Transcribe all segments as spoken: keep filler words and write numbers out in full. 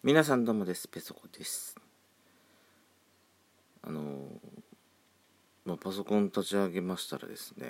皆さんどうもです。ペソコです。あのーまあ、パソコン立ち上げましたらですね、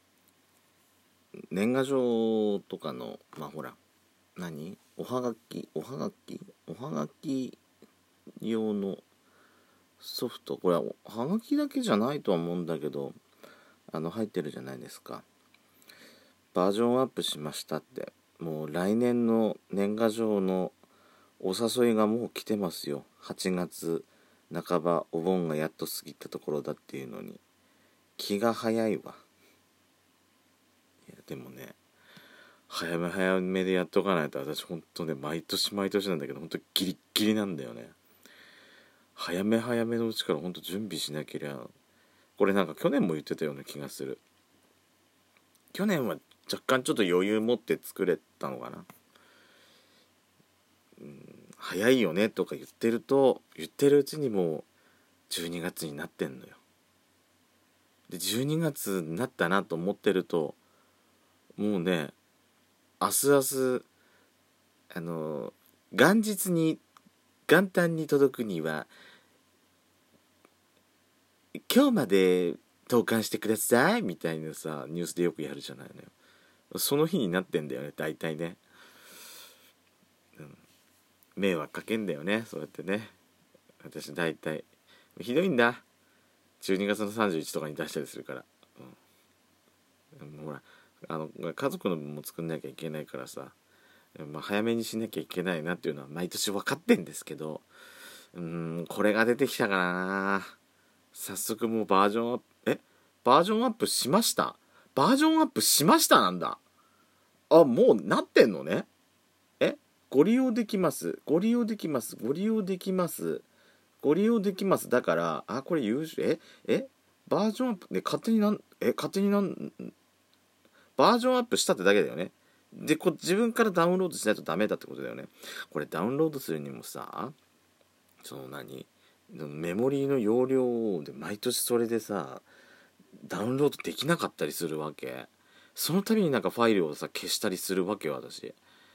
年賀状とかのまあほら何おはがきおはがきおはがき用のソフト、これはおはがきだけじゃないとは思うんだけど、あの入ってるじゃないですか。バージョンアップしましたって、もう来年の年賀状のお誘いがもう来てますよ。はちがつなかば、お盆がやっと過ぎたところだっていうのに気が早いわ。いやでもね、早め早めでやっとかないと、私ほんとね、毎年毎年なんだけどほんとギリッギリなんだよね。早め早めのうちからほんと準備しなけりゃ。これなんか去年も言ってたような気がする。去年は若干ちょっと余裕持って作れたのかな。うん、早いよねとか言ってると言ってるうちにもうじゅうにがつになってんのよ。でじゅうにがつになったなと思ってると、もうね、明日明日あの元日に元旦に届くには今日まで投函してくださいみたいなさ、ニュースでよくやるじゃないのよ。その日になってんだよね、大体ね。うん、迷惑かけんだよね、そうやってね。私大体ひどいんだ。じゅうにがつのさんじゅういちとかに出したりするから、うん、ほらあの家族の分も作んなきゃいけないからさ、まあ、早めにしなきゃいけないなっていうのは毎年分かってんですけど、うーんこれが出てきたからな。早速もうバージョンアップえバージョンアップしましたバージョンアップしましたなんだ。あ、もうなってんのね。えご利用できますご利用できますご利用できますご利用できますだから、あ、これ優秀ええバージョンアップで、ね、勝手になんえ勝手になんバージョンアップしたってだけだよね。でこ自分からダウンロードしないとダメだってことだよね。これダウンロードするにもさ、その何メモリーの容量で毎年それでさダウンロードできなかったりするわけ。その度になんかファイルをさ消したりするわけよ。私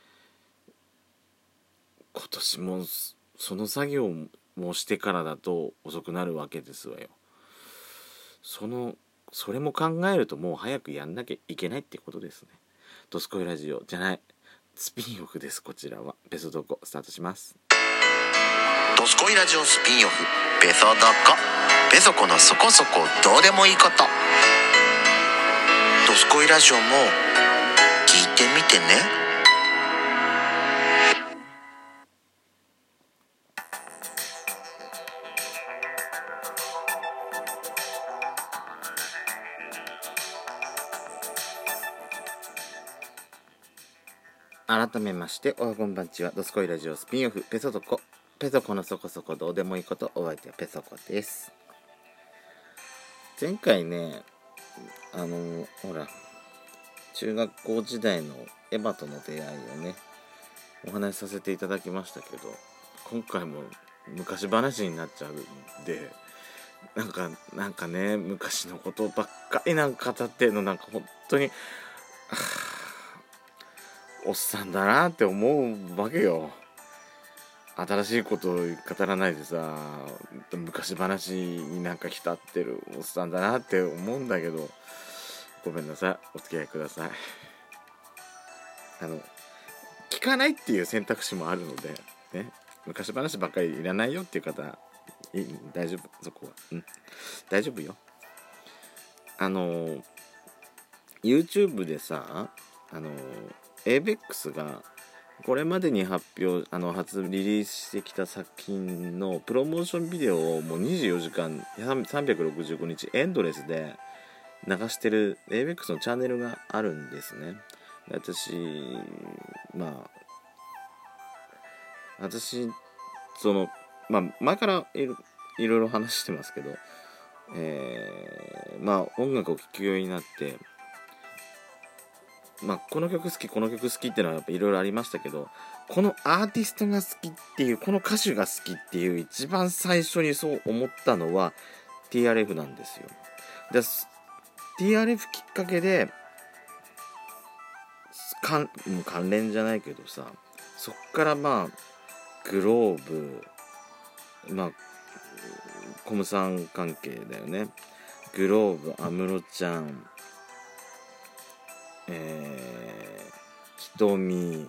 今年もその作業もしてからだと遅くなるわけですわよ。そのそれも考えるともう早くやんなきゃいけないってことですね。ドスコイラジオじゃないスピンオフです。こちらはペソドコスタートします。 ドスコイラジオスピンオフペソドコ、ペソコのそこそこどうでもいいこと。ドスコイラジオも聞いてみてね。 改めましておはこんばんちは。ドスコイラジオスピンオフペソドコ、ペソコのそこそこどうでもいいこと。お相手はペソコです。前回ね、あのほら中学校時代のエヴァとの出会いをねお話しさせていただきましたけど、今回も昔話になっちゃうんで、なんかなんかね昔のことばっかりなんか語ってんの、なんか本当におっさんだなって思うわけよ。新しいことを語らないでさ、昔話になんか浸ってるおっさんだなって思うんだけど、ごめんなさい、お付き合いください。あの聞かないっていう選択肢もあるのでね、昔話ばっかりいらないよっていう方い大丈夫、そこは、うん、大丈夫よ。あの YouTube でさ、あの エイベックス がこれまでに発表あの初リリースしてきた作品のプロモーションビデオをもうにじゅうよじかんさんびゃくろくじゅうごにちエンドレスで流してる エイベックス のチャンネルがあるんですね。私まあ私そのまあ前からいろいろ話してますけど、えー、まあ音楽を聴くようになって、まあこの曲好きこの曲好きっていうのはやっぱいろいろありましたけど、このアーティストが好きっていう、この歌手が好きっていう一番最初にそう思ったのは ティーアールエフ なんですよ。で ティーアールエフ きっかけで関関連じゃないけどさ、そっからまあグローブ、まあコムさん関係だよね。グローブ、安室ちゃん、えー、ひとみ、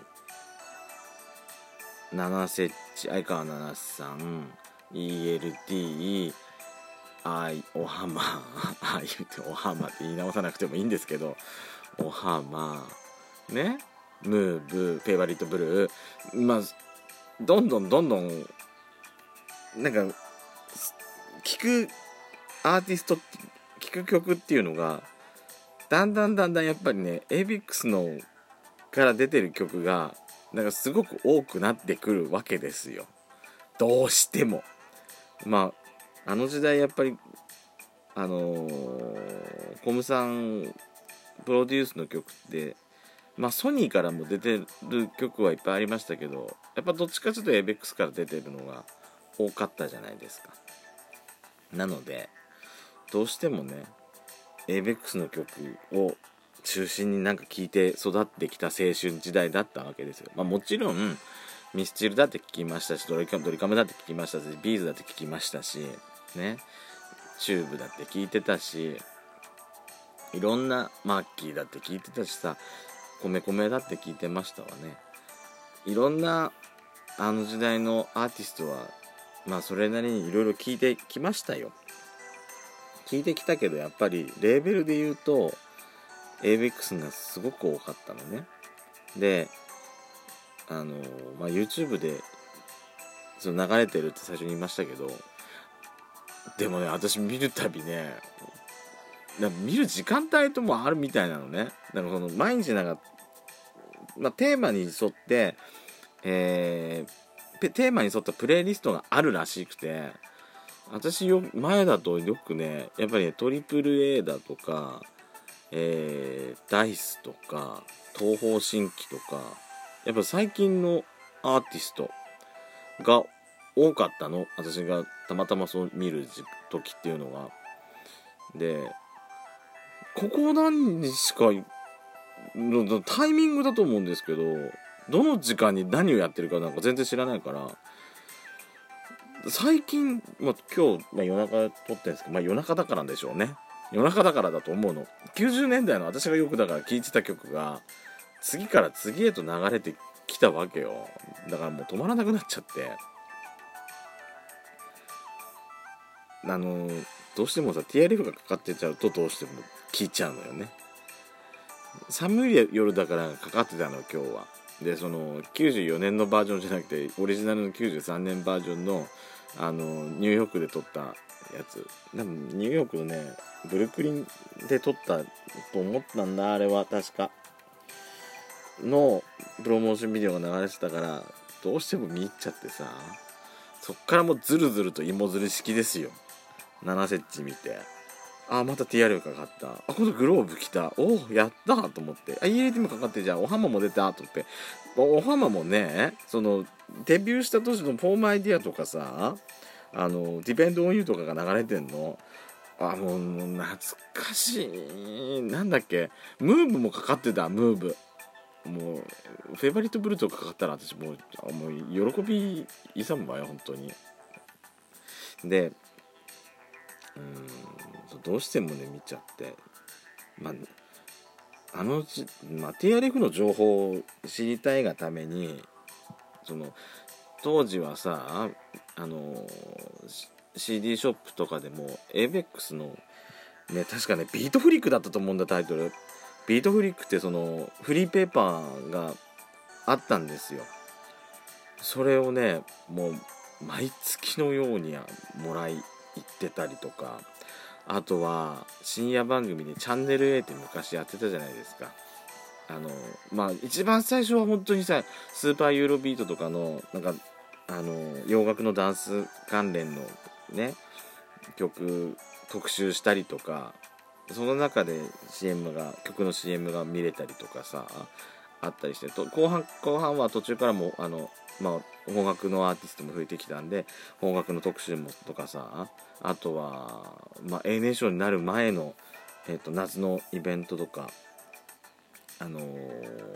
ナナセッチ、相川七瀬さん、イーエルティー、あい、おはま、あ言っておはまって言い直さなくてもいいんですけど、おはま、ね、ムーブ、フェイバリットブルー、まあ、どんどんどんどん、なんか、聴くアーティスト、聴く曲っていうのが、だんだんだんだんやっぱりね、エイベックス のから出てる曲が、なんかすごく多くなってくるわけですよ。どうしても。まあ、あの時代やっぱり、あのー、コムさんプロデュースの曲って、まあソニーからも出てる曲はいっぱいありましたけど、やっぱどっちかちょっと エイベックス から出てるのが多かったじゃないですか。なので、どうしてもね、エイベックス の曲を中心になんか聴いて育ってきた青春時代だったわけですよ。まあもちろんミスチルだって聴きましたし、ドリカム、ドリカムだって聴きましたし、ビーズだって聴きましたしね、チューブだって聴いてたし、いろんなマッキーだって聴いてたしさ、米米だって聴いてましたわね。いろんなあの時代のアーティストはまあそれなりにいろいろ聴いてきましたよ。聞いてきたけど、やっぱりレーベルで言うと エイベックス がすごく多かったのね。で、あの、まあ、YouTube でその流れてるって最初に言いましたけど、でもね、私見るたびね、見る時間帯ともあるみたいなのね。だからその毎日なんか、まあ、テーマに沿って、えー、テーマに沿ったプレイリストがあるらしくて、私よ前だとよくね、やっぱりね、トリプル A だとか、えー、ダイスとか東方神起とか、やっぱ最近のアーティストが多かったの、私がたまたまそう見る時っていうのが。で、ここ何日かのタイミングだと思うんですけど、どの時間に何をやってるかなんか全然知らないから、最近、まあ、今日、まあ、夜中撮ってるんですけど、まあ、夜中だからでしょうね。夜中だからだと思うの。きゅうじゅうねんだいの私がよくだから聴いてた曲が次から次へと流れてきたわけよ。だからもう止まらなくなっちゃって、あのどうしてもさ ティーアールエフ がかかってちゃうとどうしても聴いちゃうのよね。寒い夜だからかかってたの今日は。で、そのきゅうじゅうよねんのバージョンじゃなくてオリジナルのきゅうじゅうさんねんバージョンのあのニューヨークで撮ったやつ、多分ニューヨークのねブルックリンで撮ったと思ったんだ、あれは確かのプロモーションビデオが流れてたから、どうしても見入っちゃってさ、そっからもうズルズルと芋づる式ですよ。ななセッチ見て、あ、また ティーアール かかった、あ、今度グローブ来た、おおやったと思って、あ、イーエルティー もかかって、じゃあおハマも出たと思って、おハマもね、そのデビューした年のフォームアイディアとかさ、あのディペンドオンユーとかが流れてんの。あ、もう懐かしい。なんだっけ、ムーブもかかってた。ムーブもうフェイバリットブルーとかかかったら私もうもう喜び勇むわよ本当に。で、うーん、どうしてもね見ちゃって、まああのじ、まあ、ティーアールエフ の情報を知りたいがために、その当時はさ、あの シーディー ショップとかでも エイベックス のね、確かねビートフリックだったと思うんだ、タイトル。ビートフリックってそのフリーペーパーがあったんですよ。それをねもう毎月のようにもらい行ってたりとか、あとは深夜番組でチャンネル A って昔やってたじゃないですか。あのまあ一番最初は本当にさ、スーパーユーロビートとかのなんかあの洋楽のダンス関連のね曲特集したりとか、その中で シーエム が曲の シーエム が見れたりとかさあったりして、と後半後半は途中からもあのまあ邦楽のアーティストも増えてきたんで、邦楽の特集もとかさ、あとはまあ A ネーションになる前のえっと夏のイベントとか、あのー、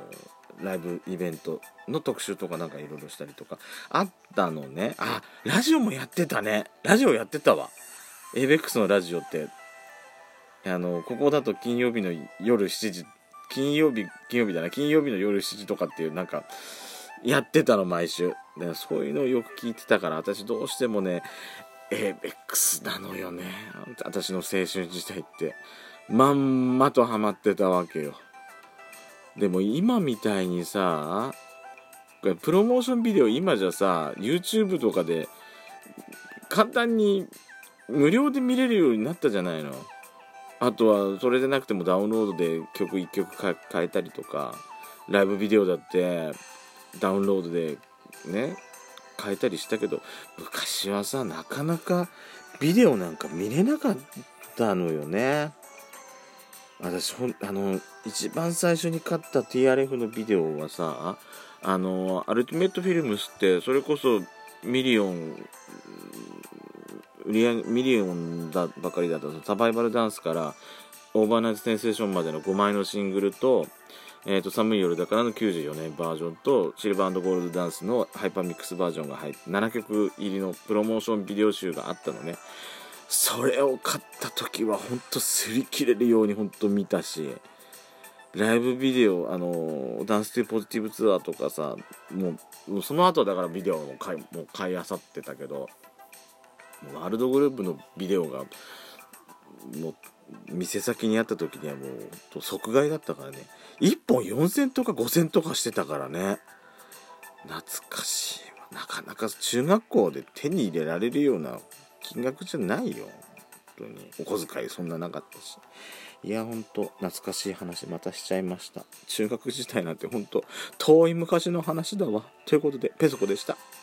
ライブイベントの特集とかなんかいろいろしたりとかあったのね。あ、ラジオもやってたね。ラジオやってたわ。エイベックスのラジオってあのここだと金曜日の夜しちじ、金曜日金曜日だな金曜日の夜しちじとかっていうなんかやってたの毎週で、そういうのをよく聞いてたから、私どうしてもねエイベックスなのよね。私の青春時代ってまんまとハマってたわけよ。でも今みたいにさ、プロモーションビデオ今じゃさ YouTube とかで簡単に無料で見れるようになったじゃないの。あとはそれでなくてもダウンロードで曲いっきょく変えたりとか、ライブビデオだってダウンロードでね変えたりしたけど、昔はさなかなかビデオなんか見れなかったのよね。私ほんあの一番最初に買った ティーアールエフ のビデオはさ、あのアルティメットフィルムスってそれこそミリオン売り上げミリオンだばかりだったサバイバルダンスからオーバーナイトセンセーションまでのごまいのシングルと、えーと寒い夜だからのきゅうじゅうよねんバージョンとシルバー&ゴールドダンスのハイパーミックスバージョンが入ってななきょく入りのプロモーションビデオ集があったのね。それを買った時はほんと擦り切れるようにほんと見たし、ライブビデオあのダンスティーポジティブツアーとかさ、もう、もうその後だからビデオも買いもう買い漁ってたけど、ワールドグループのビデオがもう店先にあった時にはもう即買いだったからね。いっぽんよんせんとかごせんとかしてたからね。懐かしいわ。なかなか中学校で手に入れられるような金額じゃないよ。本当にお小遣いそんななかったし。いやほんと懐かしい話またしちゃいました。中学時代なんてほんと遠い昔の話だわ。ということでペソコでした。